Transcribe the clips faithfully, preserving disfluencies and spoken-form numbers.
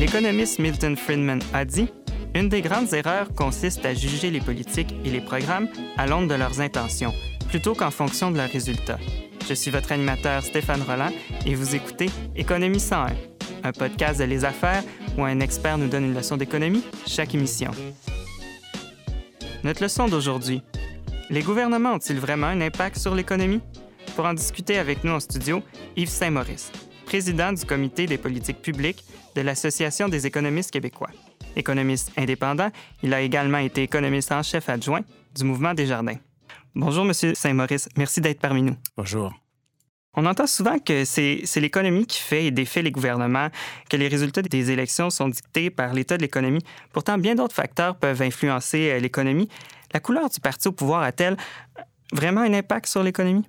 L'économiste Milton Friedman a dit « Une des grandes erreurs consiste à juger les politiques et les programmes à l'aune de leurs intentions, plutôt qu'en fonction de leurs résultats. » Je suis votre animateur Stéphane Rolland et vous écoutez Économie cent un, un podcast de Les Affaires où un expert nous donne une leçon d'économie chaque émission. Notre leçon d'aujourd'hui. Les gouvernements ont-ils vraiment un impact sur l'économie? Pour en discuter avec nous en studio, Yves Saint-Maurice, président du Comité des politiques publiques de l'Association des économistes québécois. Économiste indépendant, il a également été économiste en chef adjoint du Mouvement Desjardins. Bonjour, M. Saint-Maurice. Merci d'être parmi nous. Bonjour. On entend souvent que c'est, c'est l'économie qui fait et défait les gouvernements, que les résultats des élections sont dictés par l'état de l'économie. Pourtant, bien d'autres facteurs peuvent influencer l'économie. La couleur du parti au pouvoir a-t-elle vraiment un impact sur l'économie?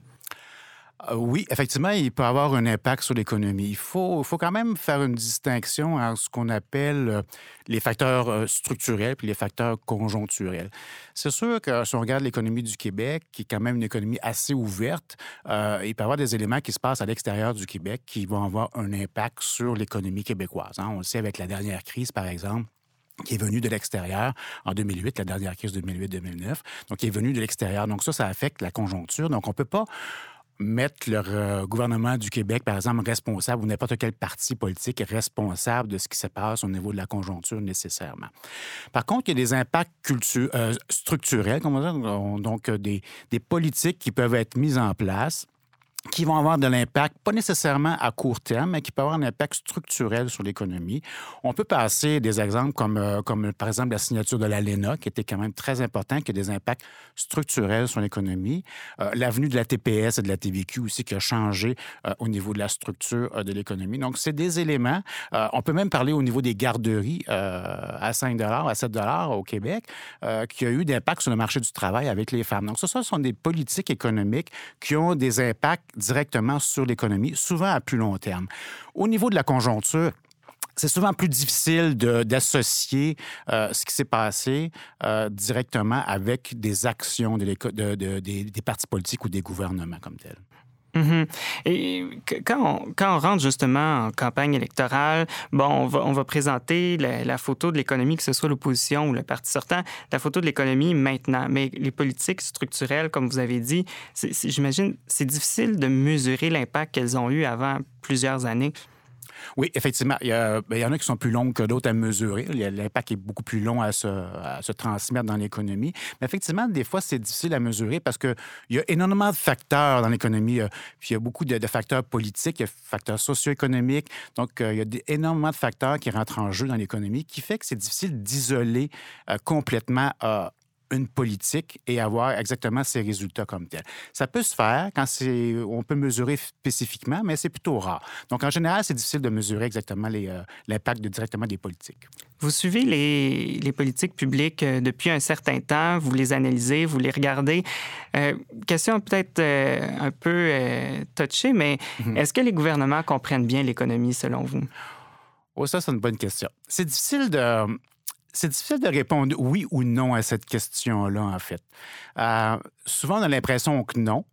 Euh, oui, effectivement, il peut avoir un impact sur l'économie. Il faut, faut quand même faire une distinction entre ce qu'on appelle euh, les facteurs euh, structurels puis les facteurs conjoncturels. C'est sûr que si on regarde l'économie du Québec, qui est quand même une économie assez ouverte, euh, il peut y avoir des éléments qui se passent à l'extérieur du Québec qui vont avoir un impact sur l'économie québécoise. Hein. On le sait avec la dernière crise, par exemple, qui est venue de l'extérieur en deux mille huit, la dernière crise deux mille huit deux mille neuf, donc qui est venue de l'extérieur. Donc ça, ça affecte la conjoncture. Donc on ne peut pas mettre le euh, gouvernement du Québec, par exemple, responsable, ou n'importe quel parti politique responsable de ce qui se passe au niveau de la conjoncture nécessairement. Par contre, il y a des impacts cultu- euh, structurels, comme on dit, donc des, des politiques qui peuvent être mises en place qui vont avoir de l'impact, pas nécessairement à court terme, mais qui peuvent avoir un impact structurel sur l'économie. On peut passer des exemples comme, euh, comme par exemple, la signature de l'A L E N A, qui était quand même très important, qui a des impacts structurels sur l'économie. Euh, l'avenue de la T P S et de la T V Q aussi, qui a changé euh, au niveau de la structure euh, de l'économie. Donc, c'est des éléments. Euh, on peut même parler au niveau des garderies euh, à cinq dollars, à sept dollars au Québec, euh, qui a eu d'impact sur le marché du travail avec les femmes. Donc, ça, ce sont des politiques économiques qui ont des impacts directement sur l'économie, souvent à plus long terme. Au niveau de la conjoncture, c'est souvent plus difficile de, d'associer euh, ce qui s'est passé euh, directement avec des actions de de, de, des, des partis politiques ou des gouvernements comme tels. Mm-hmm. Et quand on, quand on rentre justement en campagne électorale, bon, on va, on va présenter la, la photo de l'économie, que ce soit l'opposition ou le parti sortant, la photo de l'économie maintenant. Mais les politiques structurelles, comme vous avez dit, c'est, c'est, j'imagine, c'est difficile de mesurer l'impact qu'elles ont eu avant plusieurs années. Oui, effectivement. Il y, a, bien, il y en a qui sont plus longues que d'autres à mesurer. L'impact est beaucoup plus long à se, à se transmettre dans l'économie. Mais effectivement, des fois, c'est difficile à mesurer parce qu'il y a énormément de facteurs dans l'économie. Puis il y a beaucoup de, de facteurs politiques, il y a des facteurs socio-économiques. Donc, il y a des, énormément de facteurs qui rentrent en jeu dans l'économie qui fait que c'est difficile d'isoler euh, complètement euh, une politique et avoir exactement ses résultats comme tels. Ça peut se faire quand c'est, on peut mesurer spécifiquement, mais c'est plutôt rare. Donc, en général, c'est difficile de mesurer exactement les, euh, l'impact de, directement des politiques. Vous suivez les, les politiques publiques euh, depuis un certain temps, vous les analysez, vous les regardez. Euh, question peut-être euh, un peu euh, touchée, mais mm-hmm. Est-ce que les gouvernements comprennent bien l'économie, selon vous? Oh, ça, c'est une bonne question. C'est difficile de... C'est difficile de répondre oui ou non à cette question-là, en fait. Euh, souvent, on a l'impression que non,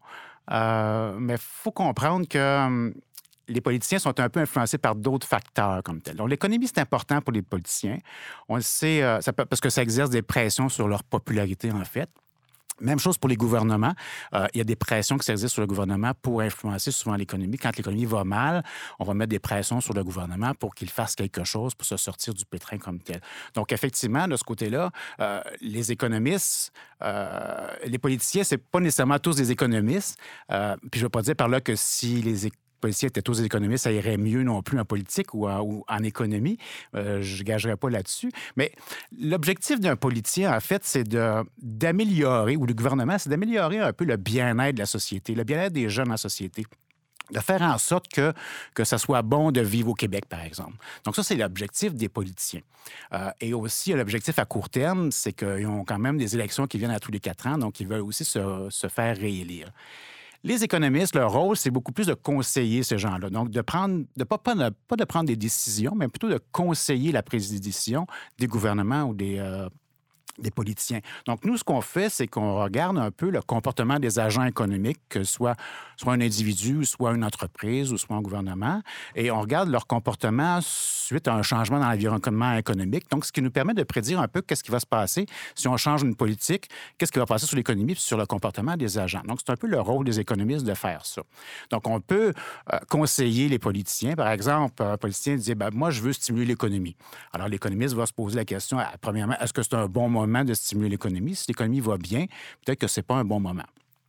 euh, mais il faut comprendre que euh, les politiciens sont un peu influencés par d'autres facteurs comme tels. Donc, l'économie, c'est important pour les politiciens. On le sait, euh, ça peut, parce que ça exerce des pressions sur leur popularité, en fait. Même chose pour les gouvernements. Euh, il y a des pressions qui s'exercent sur le gouvernement pour influencer souvent l'économie. Quand l'économie va mal, on va mettre des pressions sur le gouvernement pour qu'il fasse quelque chose pour se sortir du pétrin comme tel. Donc, effectivement, de ce côté-là, euh, les économistes, euh, les politiciens, c'est pas nécessairement tous des économistes. Euh, puis je ne veux pas dire par là que si les économistes policiers étaient tous des économistes, ça irait mieux non plus en politique ou en, ou en économie. Euh, je ne gagerais pas là-dessus. Mais l'objectif d'un politicien, en fait, c'est de, d'améliorer, ou du gouvernement, c'est d'améliorer un peu le bien-être de la société, le bien-être des jeunes en société. De faire en sorte que, que ça soit bon de vivre au Québec, par exemple. Donc ça, c'est l'objectif des politiciens. Euh, et aussi, l'objectif à court terme, c'est qu'ils ont quand même des élections qui viennent à tous les quatre ans, donc ils veulent aussi se, se faire réélire. Les économistes, leur rôle, c'est beaucoup plus de conseiller ces gens-là. Donc, de prendre, de pas, pas, de, pas de prendre des décisions, mais plutôt de conseiller la prise des décisions des gouvernements ou des, euh, des politiciens. Donc, nous, ce qu'on fait, c'est qu'on regarde un peu le comportement des agents économiques, que ce soit, soit un individu, soit une entreprise, ou soit un gouvernement, et on regarde leur comportement suite à un changement dans l'environnement économique. Donc, ce qui nous permet de prédire un peu qu'est-ce qui va se passer si on change une politique, qu'est-ce qui va passer sur l'économie et sur le comportement des agents. Donc, c'est un peu le rôle des économistes de faire ça. Donc, on peut euh, conseiller les politiciens. Par exemple, un politicien dit, ben, moi, je veux stimuler l'économie. Alors, l'économiste va se poser la question, premièrement, est-ce que c'est un bon moment de stimuler l'économie? Si l'économie va bien, peut-être que ce n'est pas un bon moment.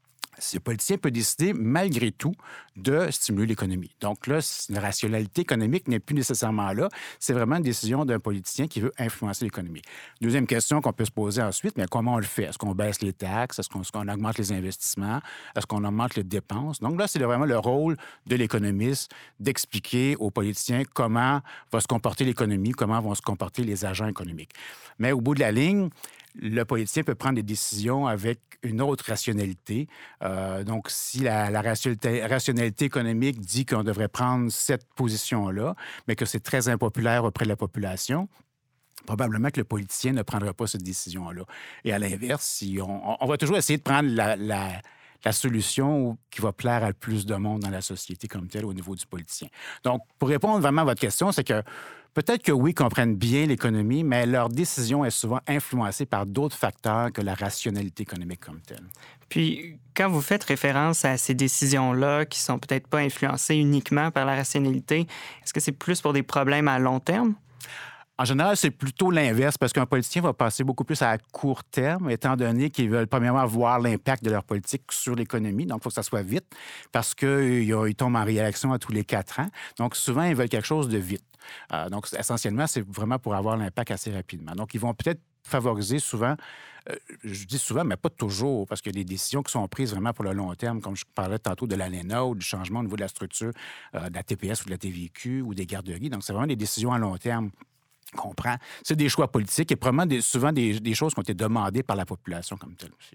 Si le politicien peut décider, malgré tout, de stimuler l'économie. Donc là, la rationalité économique n'est plus nécessairement là. C'est vraiment une décision d'un politicien qui veut influencer l'économie. Deuxième question qu'on peut se poser ensuite, mais comment on le fait? Est-ce qu'on baisse les taxes? Est-ce qu'on, est-ce qu'on augmente les investissements? Est-ce qu'on augmente les dépenses? Donc là, c'est vraiment le rôle de l'économiste d'expliquer aux politiciens comment va se comporter l'économie, comment vont se comporter les agents économiques. Mais au bout de la ligne, le politicien peut prendre des décisions avec une autre rationalité. Euh, donc, si la, la rationalité, rationalité économique dit qu'on devrait prendre cette position-là, mais que c'est très impopulaire auprès de la population, probablement que le politicien ne prendra pas cette décision-là. Et à l'inverse, si on, on va toujours essayer de prendre la, la, la solution qui va plaire à le plus de monde dans la société comme telle au niveau du politicien. Donc, pour répondre vraiment à votre question, c'est que peut-être que oui, ils comprennent bien l'économie, mais leur décision est souvent influencée par d'autres facteurs que la rationalité économique comme telle. Puis, quand vous faites référence à ces décisions-là qui sont peut-être pas influencées uniquement par la rationalité, est-ce que c'est plus pour des problèmes à long terme? En général, c'est plutôt l'inverse, parce qu'un politicien va passer beaucoup plus à court terme, étant donné qu'ils veulent premièrement voir l'impact de leur politique sur l'économie. Donc, il faut que ça soit vite, parce qu'ils tombent en réélection à tous les quatre ans. Donc, souvent, ils veulent quelque chose de vite. Euh, donc, essentiellement, c'est vraiment pour avoir l'impact assez rapidement. Donc, ils vont peut-être favoriser souvent, euh, je dis souvent, mais pas toujours, parce qu'il y a des décisions qui sont prises vraiment pour le long terme, comme je parlais tantôt de l'A L E N A ou du changement au niveau de la structure euh, de la T P S ou de la T V Q ou des garderies. Donc, c'est vraiment des décisions à long terme qu'on prend. C'est des choix politiques et probablement des, souvent des, des choses qui ont été demandées par la population comme telle aussi.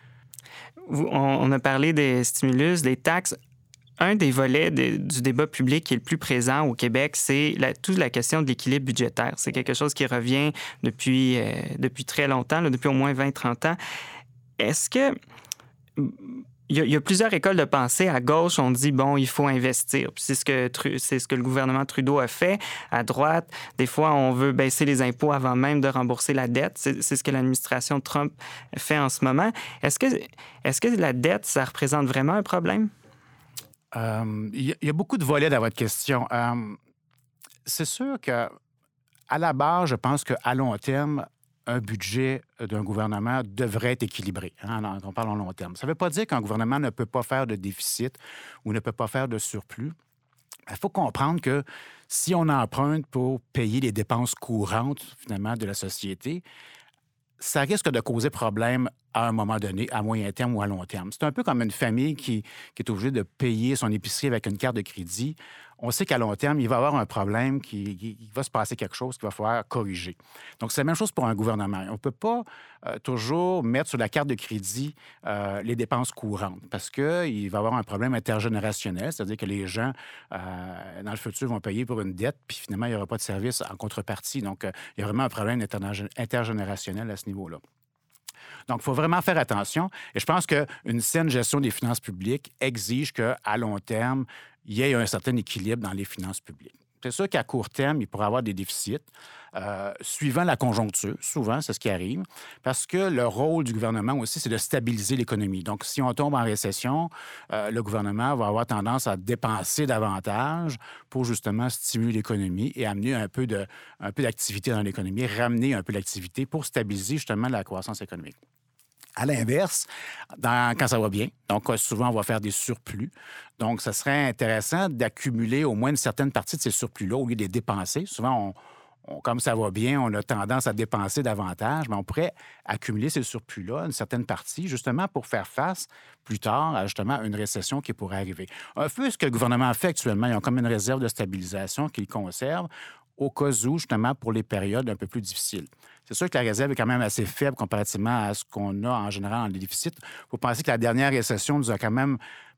On, on a parlé des stimulus, des taxes. Un des volets de, du débat public qui est le plus présent au Québec, c'est la, toute la question de l'équilibre budgétaire. C'est quelque chose qui revient depuis, euh, depuis très longtemps, là, depuis au moins vingt à trente ans. Est-ce que... Il y, a, il y a plusieurs écoles de pensée. À gauche, on dit, bon, il faut investir. Puis c'est ce que, c'est ce que le gouvernement Trudeau a fait. À droite, des fois, on veut baisser les impôts avant même de rembourser la dette. C'est, c'est ce que l'administration Trump fait en ce moment. Est-ce que, est-ce que la dette, ça représente vraiment un problème? Euh, il y a beaucoup de volets dans votre question. Euh, c'est sûr que, à la base, je pense qu'à long terme, un budget d'un gouvernement devrait être équilibré. Hein, on parle en long terme. Ça ne veut pas dire qu'un gouvernement ne peut pas faire de déficit ou ne peut pas faire de surplus. Il faut comprendre que si on emprunte pour payer les dépenses courantes, finalement, de la société, ça risque de causer problème à un moment donné, à moyen terme ou à long terme. C'est un peu comme une famille qui, qui est obligée de payer son épicerie avec une carte de crédit. On sait qu'à long terme, il va y avoir un problème, qui, qui, il va se passer quelque chose qu'il va falloir corriger. Donc, c'est la même chose pour un gouvernement. On ne peut pas euh, toujours mettre sur la carte de crédit euh, les dépenses courantes parce qu'il va y avoir un problème intergénérationnel, c'est-à-dire que les gens, euh, dans le futur, vont payer pour une dette, puis finalement, il n'y aura pas de service en contrepartie. Donc, euh, il y a vraiment un problème intergénérationnel à ce niveau-là. Donc, il faut vraiment faire attention. Et je pense qu'une saine gestion des finances publiques exige qu'à long terme, il y ait un certain équilibre dans les finances publiques. C'est sûr qu'à court terme, il pourrait y avoir des déficits, euh, suivant la conjoncture. Souvent, c'est ce qui arrive, parce que le rôle du gouvernement aussi, c'est de stabiliser l'économie. Donc, si on tombe en récession, euh, le gouvernement va avoir tendance à dépenser davantage pour justement stimuler l'économie et amener un peu, de, un peu d'activité dans l'économie, ramener un peu d'activité pour stabiliser justement la croissance économique. À l'inverse, dans, quand ça va bien, donc souvent, on va faire des surplus. Donc, ça serait intéressant d'accumuler au moins une certaine partie de ces surplus-là au lieu de les dépenser. Souvent, on, on, comme ça va bien, on a tendance à dépenser davantage, mais on pourrait accumuler ces surplus-là, une certaine partie, justement pour faire face plus tard à justement une récession qui pourrait arriver. Un peu ce que le gouvernement fait actuellement, ils ont comme une réserve de stabilisation qu'ils conservent au cas où, justement, pour les périodes un peu plus difficiles. C'est sûr que la réserve est quand même assez faible comparativement à ce qu'on a en général en déficit. Il faut penser que la dernière récession nous a quand même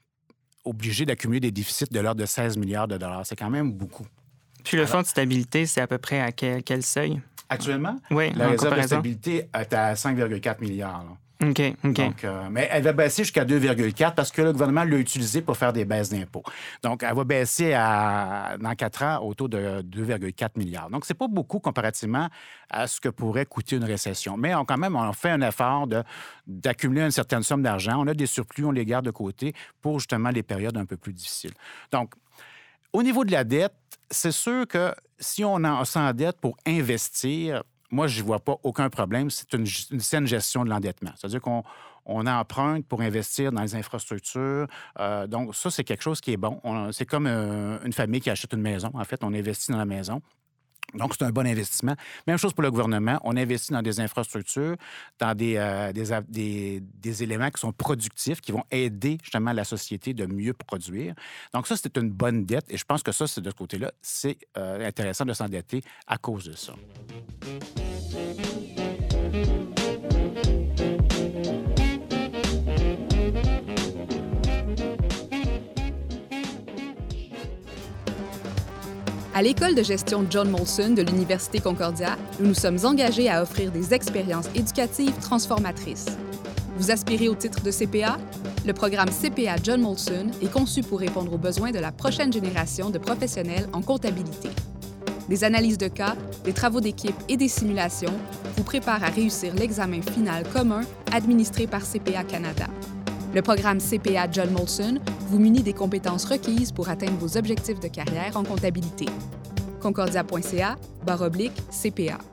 obligés d'accumuler des déficits de l'ordre de seize milliards de dollars. C'est quand même beaucoup. Puis le Alors, fonds de stabilité, c'est à peu près à quel, quel seuil? Actuellement, oui, la réserve comparaison. de stabilité est à cinq virgule quatre milliards. Là. OK, OK. Donc, euh, mais elle va baisser jusqu'à deux virgule quatre parce que le gouvernement l'a utilisé pour faire des baisses d'impôts. Donc, elle va baisser à, dans quatre ans autour de deux virgule quatre milliards. Donc, c'est pas beaucoup comparativement à ce que pourrait coûter une récession. Mais on, quand même, on fait un effort de, d'accumuler une certaine somme d'argent. On a des surplus, on les garde de côté pour justement les périodes un peu plus difficiles. Donc, au niveau de la dette, c'est sûr que si on en s'endette pour investir, moi, je n'y vois pas aucun problème. C'est une, une saine gestion de l'endettement. C'est-à-dire qu'on on emprunte pour investir dans les infrastructures. Euh, donc, ça, c'est quelque chose qui est bon. On, c'est comme euh, une famille qui achète une maison. En fait, on investit dans la maison. Donc, c'est un bon investissement. Même chose pour le gouvernement. On investit dans des infrastructures, dans des, euh, des, des, des éléments qui sont productifs, qui vont aider justement la société de mieux produire. Donc, ça, c'est une bonne dette. Et je pense que ça, c'est de ce côté-là, c'est euh, intéressant de s'endetter à cause de ça. À l'École de gestion John Molson de l'Université Concordia, nous nous sommes engagés à offrir des expériences éducatives transformatrices. Vous aspirez au titre de C P A? Le programme C P A John Molson est conçu pour répondre aux besoins de la prochaine génération de professionnels en comptabilité. Des analyses de cas, des travaux d'équipe et des simulations vous préparent à réussir l'examen final commun administré par C P A Canada. Le programme C P A John Molson vous munit des compétences requises pour atteindre vos objectifs de carrière en comptabilité. concordia.ca barre oblique C P A.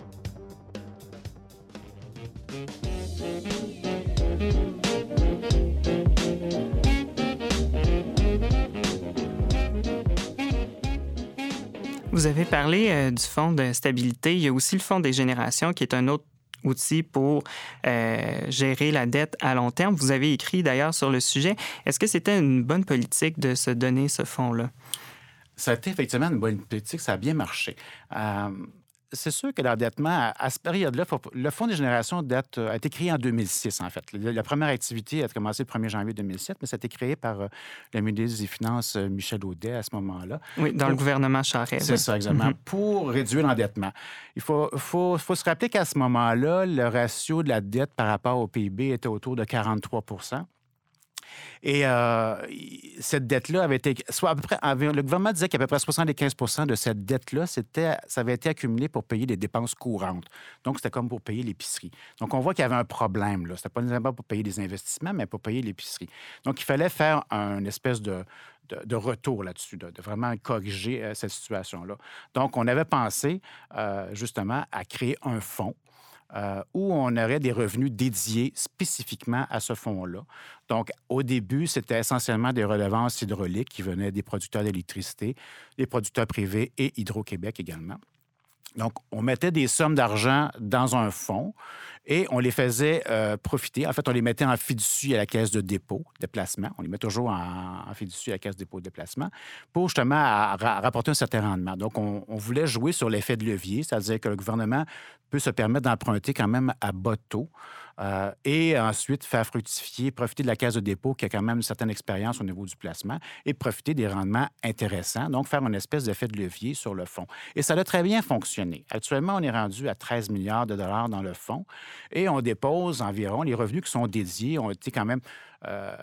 Vous avez parlé euh, du Fonds de stabilité. Il y a aussi le Fonds des générations qui est un autre outil pour euh, gérer la dette à long terme. Vous avez écrit d'ailleurs sur le sujet. Est-ce que c'était une bonne politique de se donner ce fonds-là? Ça a été effectivement une bonne politique, ça a bien marché. Euh, c'est sûr que l'endettement, à, à cette période-là, faut, le Fonds des générations date, a été créé en deux mille six, en fait. La, la première activité a commencé le premier janvier deux mille sept, mais ça a été créé par euh, le ministre des Finances, euh, Michel Audet, à ce moment-là. Oui, dans pour, le gouvernement Charest. C'est oui. ça, exactement, mm-hmm. pour réduire l'endettement. Il faut, faut, faut se rappeler qu'à ce moment-là, le ratio de la dette par rapport au P I B était autour de quarante-trois pour cent. Et euh, cette dette-là avait été... Soit à peu près, le gouvernement disait qu'à peu près soixante-quinze pour cent de cette dette-là, c'était, ça avait été accumulé pour payer les dépenses courantes. Donc, c'était comme pour payer l'épicerie. Donc, on voit qu'il y avait un problème, là. C'était pas nécessairement pour payer des investissements, mais pour payer l'épicerie. Donc, il fallait faire une espèce de... De, de retour là-dessus, de, de vraiment corriger euh, cette situation-là. Donc, on avait pensé euh, justement à créer un fonds Euh, où on aurait des revenus dédiés spécifiquement à ce fonds-là. Donc, au début, c'était essentiellement des redevances hydrauliques qui venaient des producteurs d'électricité, des producteurs privés et Hydro-Québec également. Donc, on mettait des sommes d'argent dans un fonds et on les faisait euh, profiter. En fait, on les mettait en fiducie à la caisse de dépôt, de placement. On les met toujours en, en fiducie à la caisse de dépôt, de placement pour justement à, à rapporter un certain rendement. Donc, on, on voulait jouer sur l'effet de levier, c'est-à-dire que le gouvernement peut se permettre d'emprunter quand même à bas taux euh, et ensuite faire fructifier, profiter de la caisse de dépôt qui a quand même une certaine expérience au niveau du placement et profiter des rendements intéressants, donc faire une espèce d'effet de levier sur le fonds. Et ça a très bien fonctionné. Actuellement, on est rendu à treize milliards de dollars dans le fonds et on dépose environ, les revenus qui sont dédiés ont été quand même euh,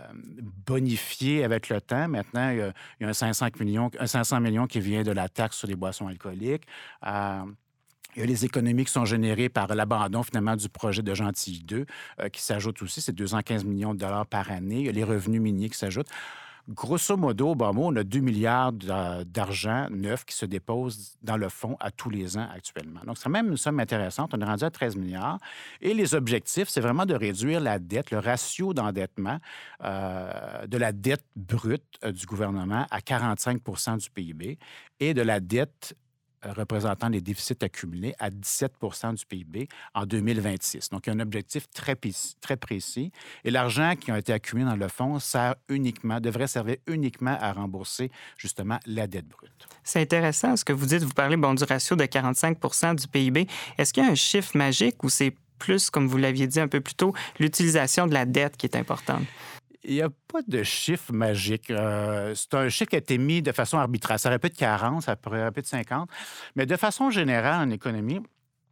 bonifiés avec le temps. Maintenant, il y a, il y a un, cinq cents millions, un cinq cents millions qui vient de la taxe sur les boissons alcooliques. Euh, Il y a les économies qui sont générées par l'abandon, finalement, du projet de Gentilly deux, euh, qui s'ajoute aussi. C'est deux cent quinze millions de dollars par année. Il y a les revenus miniers qui s'ajoutent. Grosso modo, bon mot, on a deux milliards d'argent neuf qui se déposent dans le fonds à tous les ans actuellement. Donc, c'est même une somme intéressante. On est rendu à treize milliards. Et les objectifs, c'est vraiment de réduire la dette, le ratio d'endettement euh, de la dette brute euh, du gouvernement à quarante-cinq pour cent du P I B et de la dette représentant les déficits accumulés à dix-sept pour cent du P I B en deux mille vingt-six. Donc, il y a un objectif très, très précis. Et l'argent qui a été accumulé dans le fonds sert uniquement, devrait servir uniquement à rembourser, justement, la dette brute. C'est intéressant ce que vous dites. Vous parlez bon, du ratio de quarante-cinq pour cent du P I B. Est-ce qu'il y a un chiffre magique ou c'est plus, comme vous l'aviez dit un peu plus tôt, l'utilisation de la dette qui est importante? Il n'y a pas de chiffre magique. Euh, c'est un chiffre qui a été mis de façon arbitraire. Ça aurait pu être quarante, ça pourrait être cinquante. Mais de façon générale, en économie,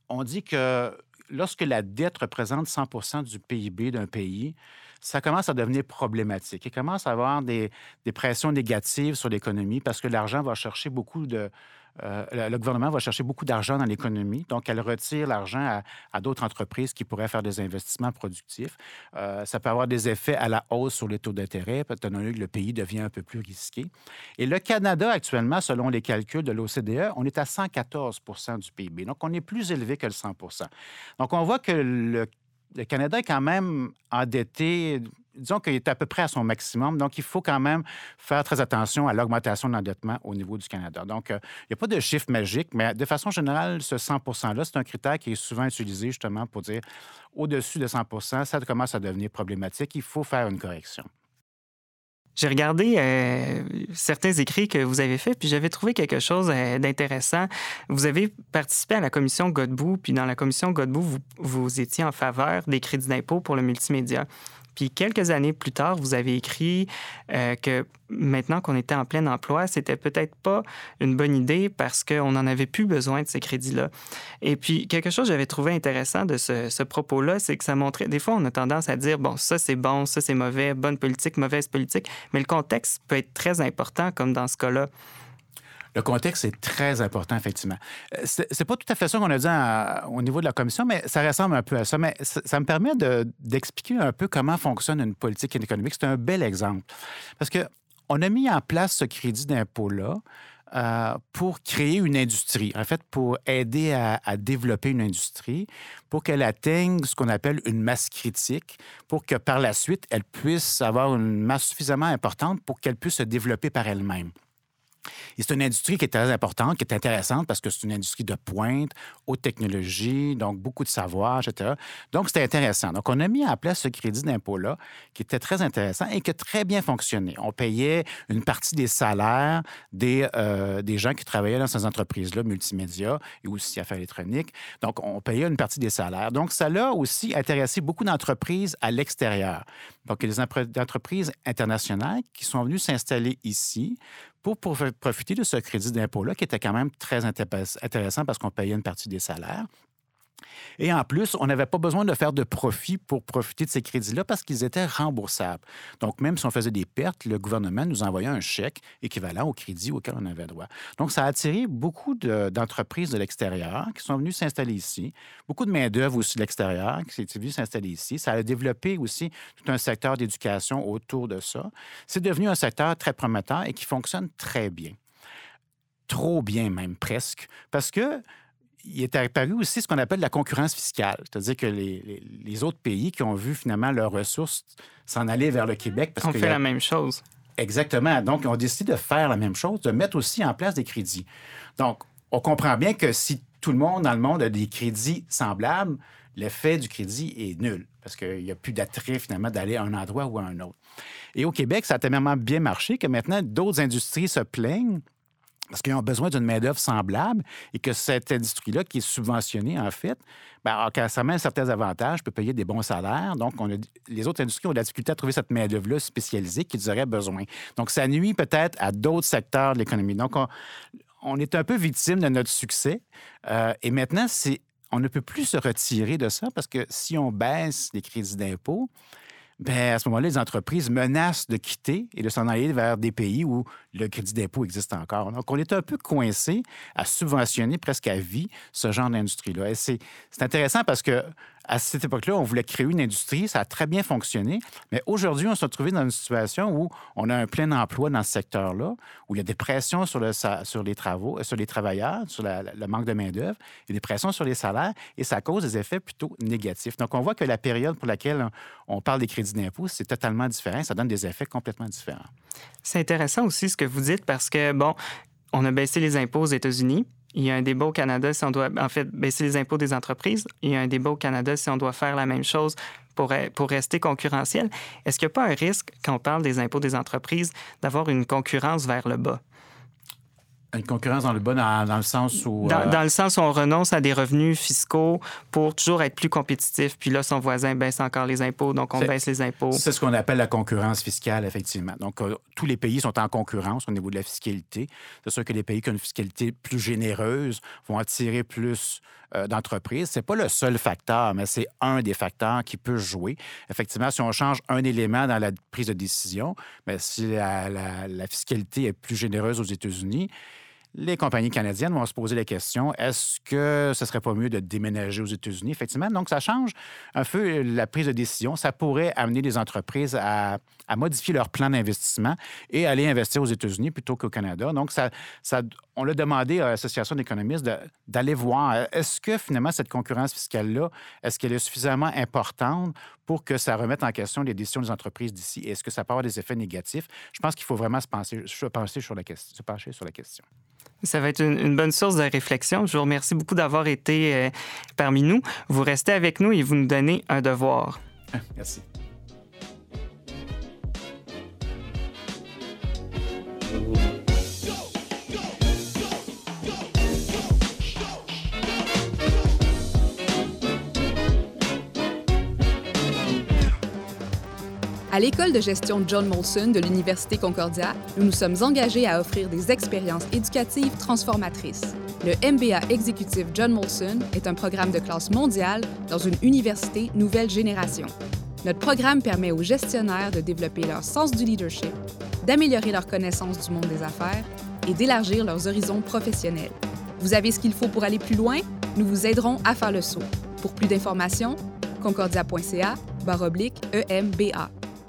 on dit que lorsque la dette représente cent pour cent du P I B d'un pays, ça commence à devenir problématique. Il commence à avoir des, des pressions négatives sur l'économie parce que l'argent va chercher beaucoup de... Euh, le, le gouvernement va chercher beaucoup d'argent dans l'économie, donc elle retire l'argent à, à d'autres entreprises qui pourraient faire des investissements productifs. Euh, ça peut avoir des effets à la hausse sur les taux d'intérêt, étant donné que le pays devient un peu plus risqué. Et le Canada, actuellement, selon les calculs de l'O C D E, on est à cent quatorze pour cent du P I B, donc on est plus élevé que le cent pour cent. Donc on voit que le Le Canada est quand même endetté, disons qu'il est à peu près à son maximum. Donc, il faut quand même faire très attention à l'augmentation de l'endettement au niveau du Canada. Donc, euh, il n'y a pas de chiffre magique, mais de façon générale, ce cent pour cent-là, c'est un critère qui est souvent utilisé justement pour dire au-dessus de cent pour cent, ça commence à devenir problématique. Il faut faire une correction. J'ai regardé euh, certains écrits que vous avez faits, puis j'avais trouvé quelque chose euh, d'intéressant. Vous avez participé à la commission Godbout, puis dans la commission Godbout, vous, vous étiez en faveur des crédits d'impôt pour le multimédia. Puis quelques années plus tard, vous avez écrit euh, que maintenant qu'on était en plein emploi, c'était peut-être pas une bonne idée parce qu'on n'en avait plus besoin de ces crédits-là. Et puis, quelque chose que j'avais trouvé intéressant de ce, ce propos-là, c'est que ça montrait... Des fois, on a tendance à dire, bon, ça c'est bon, ça c'est mauvais, bonne politique, mauvaise politique, mais le contexte peut être très important, comme dans ce cas-là. Le contexte est très important, effectivement. C'est, c'est pas tout à fait ça qu'on a dit à, au niveau de la commission, mais ça ressemble un peu à ça. Mais ça, ça me permet de, d'expliquer un peu comment fonctionne une politique économique. C'est un bel exemple. Parce qu'on a mis en place ce crédit d'impôt-là euh, pour créer une industrie. En fait, pour aider à, à développer une industrie, pour qu'elle atteigne ce qu'on appelle une masse critique, pour que par la suite, elle puisse avoir une masse suffisamment importante pour qu'elle puisse se développer par elle-même. Et c'est une industrie qui est très importante, qui est intéressante parce que c'est une industrie de pointe, haute technologie, donc beaucoup de savoir, et cetera. Donc, c'était intéressant. Donc, on a mis en place ce crédit d'impôt-là qui était très intéressant et qui a très bien fonctionné. On payait une partie des salaires des, euh, des gens qui travaillaient dans ces entreprises-là, multimédia et aussi affaires électroniques. Donc, on payait une partie des salaires. Donc, ça l'a aussi intéressé beaucoup d'entreprises à l'extérieur. Donc, il y a des entreprises internationales qui sont venues s'installer ici pour profiter de ce crédit d'impôt-là, qui était quand même très intéressant parce qu'on payait une partie des salaires. Et en plus, on n'avait pas besoin de faire de profit pour profiter de ces crédits-là parce qu'ils étaient remboursables. Donc, même si on faisait des pertes, le gouvernement nous envoyait un chèque équivalent au crédit auquel on avait droit. Donc, ça a attiré beaucoup de, d'entreprises de l'extérieur qui sont venues s'installer ici. Beaucoup de main-d'œuvre aussi de l'extérieur qui s'est venue s'installer ici. Ça a développé aussi tout un secteur d'éducation autour de ça. C'est devenu un secteur très prometteur et qui fonctionne très bien. Trop bien même, presque. Parce que il est apparu aussi ce qu'on appelle la concurrence fiscale. C'est-à-dire que les, les, les autres pays qui ont vu finalement leurs ressources s'en aller vers le Québec. Parce on que fait a... la même chose. Exactement. Donc, ils ont décidé de faire la même chose, de mettre aussi en place des crédits. Donc, on comprend bien que si tout le monde dans le monde a des crédits semblables, l'effet du crédit est nul parce qu'il n'y a plus d'attrait finalement d'aller à un endroit ou à un autre. Et au Québec, ça a tellement bien marché que maintenant, d'autres industries se plaignent parce qu'ils ont besoin d'une main-d'œuvre semblable et que cette industrie-là, qui est subventionnée, en fait, bien, ça amène certains avantages, peut payer des bons salaires. Donc, on a, les autres industries ont de la difficulté à trouver cette main-d'œuvre-là spécialisée qu'ils auraient besoin. Donc, ça nuit peut-être à d'autres secteurs de l'économie. Donc, on, on est un peu victime de notre succès. Euh, et maintenant, c'est, on ne peut plus se retirer de ça parce que si on baisse les crédits d'impôt, bien, à ce moment-là, les entreprises menacent de quitter et de s'en aller vers des pays où le crédit d'impôt existe encore. Donc, on est un peu coincé à subventionner presque à vie ce genre d'industrie-là. Et c'est, c'est intéressant parce que à cette époque-là, on voulait créer une industrie, ça a très bien fonctionné, mais aujourd'hui, on s'est retrouvé dans une situation où on a un plein emploi dans ce secteur-là, où il y a des pressions sur, le, sur les travaux, sur les travailleurs, sur la, le manque de main-d'œuvre, il y a des pressions sur les salaires, et ça cause des effets plutôt négatifs. Donc, on voit que la période pour laquelle on parle des crédits d'impôt, c'est totalement différent, ça donne des effets complètement différents. C'est intéressant aussi ce que vous dites parce que, bon, on a baissé les impôts aux États-Unis. Il y a un débat au Canada si on doit, en fait, baisser les impôts des entreprises. Il y a un débat au Canada si on doit faire la même chose pour, pour rester concurrentiel. Est-ce qu'il n'y a pas un risque, quand on parle des impôts des entreprises, d'avoir une concurrence vers le bas? Une concurrence dans le bas, dans, dans le sens où... Dans, euh... dans le sens où on renonce à des revenus fiscaux pour toujours être plus compétitif. Puis là, son voisin baisse encore les impôts, donc on c'est, baisse les impôts. C'est ce qu'on appelle la concurrence fiscale, effectivement. Donc, euh, tous les pays sont en concurrence au niveau de la fiscalité. C'est sûr que les pays qui ont une fiscalité plus généreuse vont attirer plus euh, d'entreprises. C'est pas le seul facteur, mais c'est un des facteurs qui peut jouer. Effectivement, si on change un élément dans la prise de décision, bien, si la, la, la fiscalité est plus généreuse aux États-Unis, les compagnies canadiennes vont se poser la question, est-ce que ce ne serait pas mieux de déménager aux États-Unis? Effectivement, donc ça change un peu la prise de décision. Ça pourrait amener les entreprises à, à modifier leur plan d'investissement et aller investir aux États-Unis plutôt qu'au Canada. Donc, ça, ça, on l'a demandé à l'Association d'économistes de, d'aller voir, est-ce que finalement cette concurrence fiscale-là, est-ce qu'elle est suffisamment importante pour que ça remette en question les décisions des entreprises d'ici? Est-ce que ça peut avoir des effets négatifs? Je pense qu'il faut vraiment se pencher, se pencher sur la question, se pencher sur la question. Ça va être une, une bonne source de réflexion. Je vous remercie beaucoup d'avoir été euh, parmi nous. Vous restez avec nous et vous nous donnez un devoir. Merci. À l'École de gestion John Molson de l'Université Concordia, nous nous sommes engagés à offrir des expériences éducatives transformatrices. Le M B A Executive John Molson est un programme de classe mondiale dans une université nouvelle génération. Notre programme permet aux gestionnaires de développer leur sens du leadership, d'améliorer leur connaissance du monde des affaires et d'élargir leurs horizons professionnels. Vous avez ce qu'il faut pour aller plus loin? Nous vous aiderons à faire le saut. Pour plus d'informations, concordia.ca barre oblique E M B A.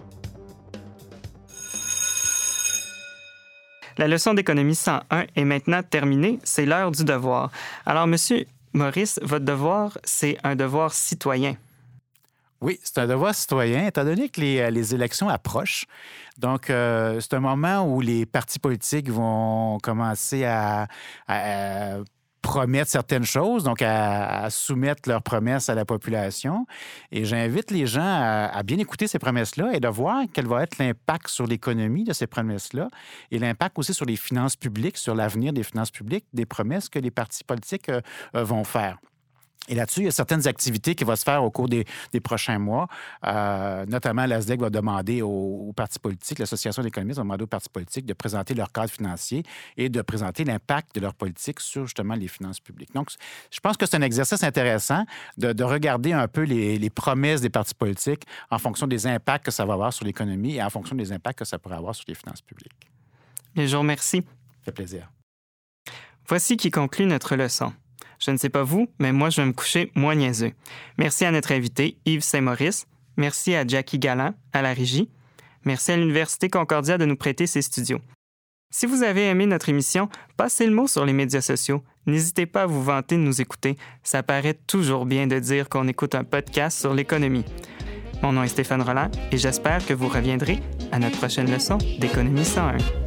La leçon d'économie cent un est maintenant terminée. C'est l'heure du devoir. Alors, Monsieur Maurice, votre devoir, c'est un devoir citoyen. Oui, c'est un devoir citoyen, étant donné que les, les élections approchent. Donc, euh, c'est un moment où les partis politiques vont commencer à, à, à promettre certaines choses, donc à, à soumettre leurs promesses à la population. Et j'invite les gens à, à bien écouter ces promesses-là et de voir quel va être l'impact sur l'économie de ces promesses-là et l'impact aussi sur les finances publiques, sur l'avenir des finances publiques, des promesses que les partis politiques euh, vont faire. Et là-dessus, il y a certaines activités qui vont se faire au cours des, des prochains mois. Euh, notamment, l'A S D E C va demander aux, aux partis politiques, l'Association d'économistes va demander aux partis politiques de présenter leur cadre financier et de présenter l'impact de leur politique sur justement les finances publiques. Donc, je pense que c'est un exercice intéressant de, de regarder un peu les, les promesses des partis politiques en fonction des impacts que ça va avoir sur l'économie et en fonction des impacts que ça pourrait avoir sur les finances publiques. Et je vous remercie. Ça fait plaisir. Voici qui conclut notre leçon. Je ne sais pas vous, mais moi, je vais me coucher moins niaiseux. Merci à notre invité, Yves Saint-Maurice. Merci à Jackie Galland, à la régie. Merci à l'Université Concordia de nous prêter ses studios. Si vous avez aimé notre émission, passez le mot sur les médias sociaux. N'hésitez pas à vous vanter de nous écouter. Ça paraît toujours bien de dire qu'on écoute un podcast sur l'économie. Mon nom est Stéphane Rolland et j'espère que vous reviendrez à notre prochaine leçon d'Économie cent un.